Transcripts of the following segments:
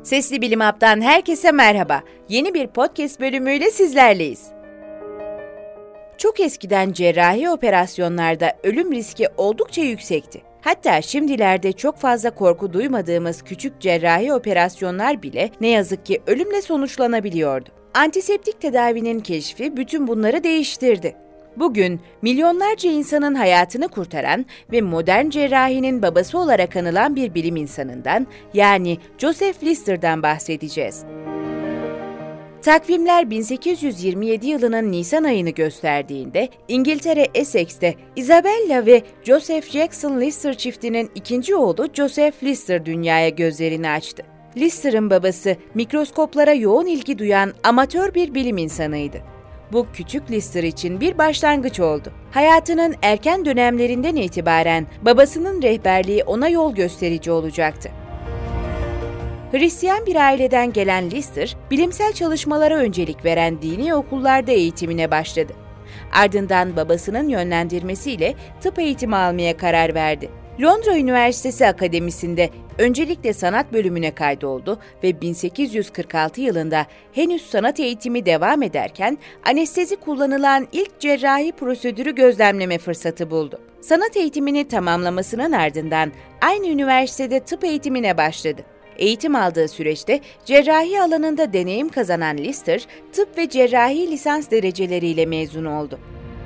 Sesli Bilim Hub'dan herkese merhaba. Yeni bir podcast bölümüyle sizlerleyiz. Çok eskiden cerrahi operasyonlarda ölüm riski oldukça yüksekti. Hatta şimdilerde çok fazla korku duymadığımız küçük cerrahi operasyonlar bile ne yazık ki ölümle sonuçlanabiliyordu. Antiseptik tedavinin keşfi bütün bunları değiştirdi. Bugün milyonlarca insanın hayatını kurtaran ve modern cerrahinin babası olarak anılan bir bilim insanından, yani Joseph Lister'dan bahsedeceğiz. Takvimler 1827 yılının Nisan ayını gösterdiğinde İngiltere Essex'te Isabella ve Joseph Jackson Lister çiftinin ikinci oğlu Joseph Lister dünyaya gözlerini açtı. Lister'ın babası mikroskoplara yoğun ilgi duyan amatör bir bilim insanıydı. Bu küçük Lister için bir başlangıç oldu. Hayatının erken dönemlerinden itibaren babasının rehberliği ona yol gösterici olacaktı. Hristiyan bir aileden gelen Lister, bilimsel çalışmalara öncelik veren dini okullarda eğitimine başladı. Ardından babasının yönlendirmesiyle tıp eğitimi almaya karar verdi. Londra Üniversitesi Akademisi'nde öncelikle sanat bölümüne kaydoldu ve 1846 yılında henüz sanat eğitimi devam ederken anestezi kullanılan ilk cerrahi prosedürü gözlemleme fırsatı buldu. Sanat eğitimini tamamlamasının ardından aynı üniversitede tıp eğitimine başladı. Eğitim aldığı süreçte cerrahi alanında deneyim kazanan Lister, tıp ve cerrahi lisans dereceleriyle mezun oldu.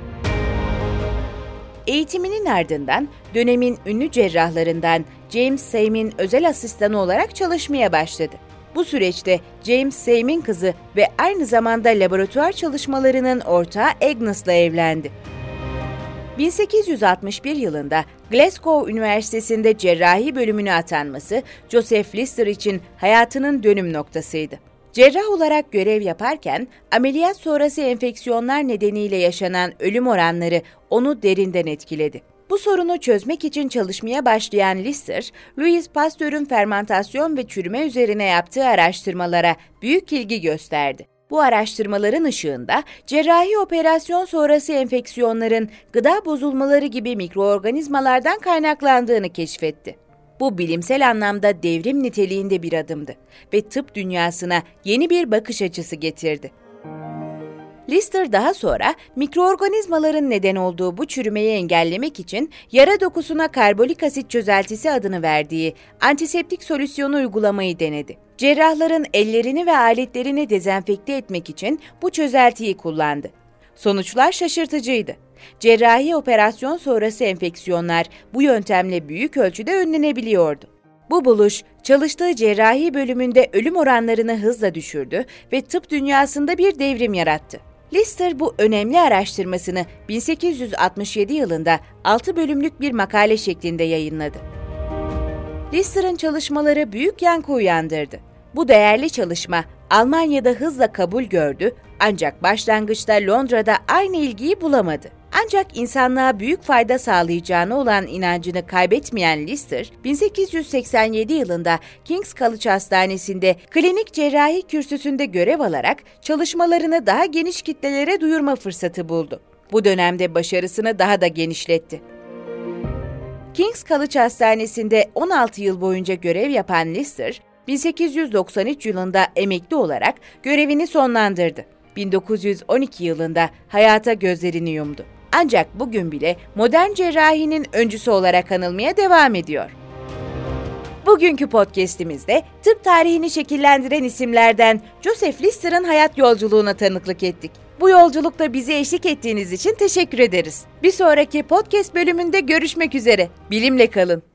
Eğitiminin ardından dönemin ünlü cerrahlarından James Seymour'un özel asistanı olarak çalışmaya başladı. Bu süreçte James Seymour'un kızı ve aynı zamanda laboratuvar çalışmalarının ortağı Agnes'la evlendi. 1861 yılında Glasgow Üniversitesi'nde cerrahi bölümüne atanması Joseph Lister için hayatının dönüm noktasıydı. Cerrah olarak görev yaparken ameliyat sonrası enfeksiyonlar nedeniyle yaşanan ölüm oranları onu derinden etkiledi. Bu sorunu çözmek için çalışmaya başlayan Lister, Louis Pasteur'ün fermantasyon ve çürüme üzerine yaptığı araştırmalara büyük ilgi gösterdi. Bu araştırmaların ışığında cerrahi operasyon sonrası enfeksiyonların gıda bozulmaları gibi mikroorganizmalardan kaynaklandığını keşfetti. Bu bilimsel anlamda devrim niteliğinde bir adımdı ve tıp dünyasına yeni bir bakış açısı getirdi. Lister daha sonra mikroorganizmaların neden olduğu bu çürümeyi engellemek için yara dokusuna karbolik asit çözeltisi adını verdiği antiseptik solüsyonu uygulamayı denedi. Cerrahların ellerini ve aletlerini dezenfekte etmek için bu çözeltiyi kullandı. Sonuçlar şaşırtıcıydı. Cerrahi operasyon sonrası enfeksiyonlar bu yöntemle büyük ölçüde önlenebiliyordu. Bu buluş, çalıştığı cerrahi bölümünde ölüm oranlarını hızla düşürdü ve tıp dünyasında bir devrim yarattı. Lister bu önemli araştırmasını 1867 yılında 6 bölümlük bir makale şeklinde yayınladı. Lister'ın çalışmaları büyük yankı uyandırdı. Bu değerli çalışma Almanya'da hızla kabul gördü ancak başlangıçta Londra'da aynı ilgiyi bulamadı. Ancak insanlığa büyük fayda sağlayacağına olan inancını kaybetmeyen Lister, 1887 yılında King's College Hastanesi'nde klinik cerrahi kürsüsünde görev alarak çalışmalarını daha geniş kitlelere duyurma fırsatı buldu. Bu dönemde başarısını daha da genişletti. King's College Hastanesi'nde 16 yıl boyunca görev yapan Lister, 1893 yılında emekli olarak görevini sonlandırdı. 1912 yılında hayata gözlerini yumdu. Ancak bugün bile modern cerrahinin öncüsü olarak anılmaya devam ediyor. Bugünkü podcast'imizde tıp tarihini şekillendiren isimlerden Joseph Lister'ın hayat yolculuğuna tanıklık ettik. Bu yolculukta bize eşlik ettiğiniz için teşekkür ederiz. Bir sonraki podcast bölümünde görüşmek üzere. Bilimle kalın.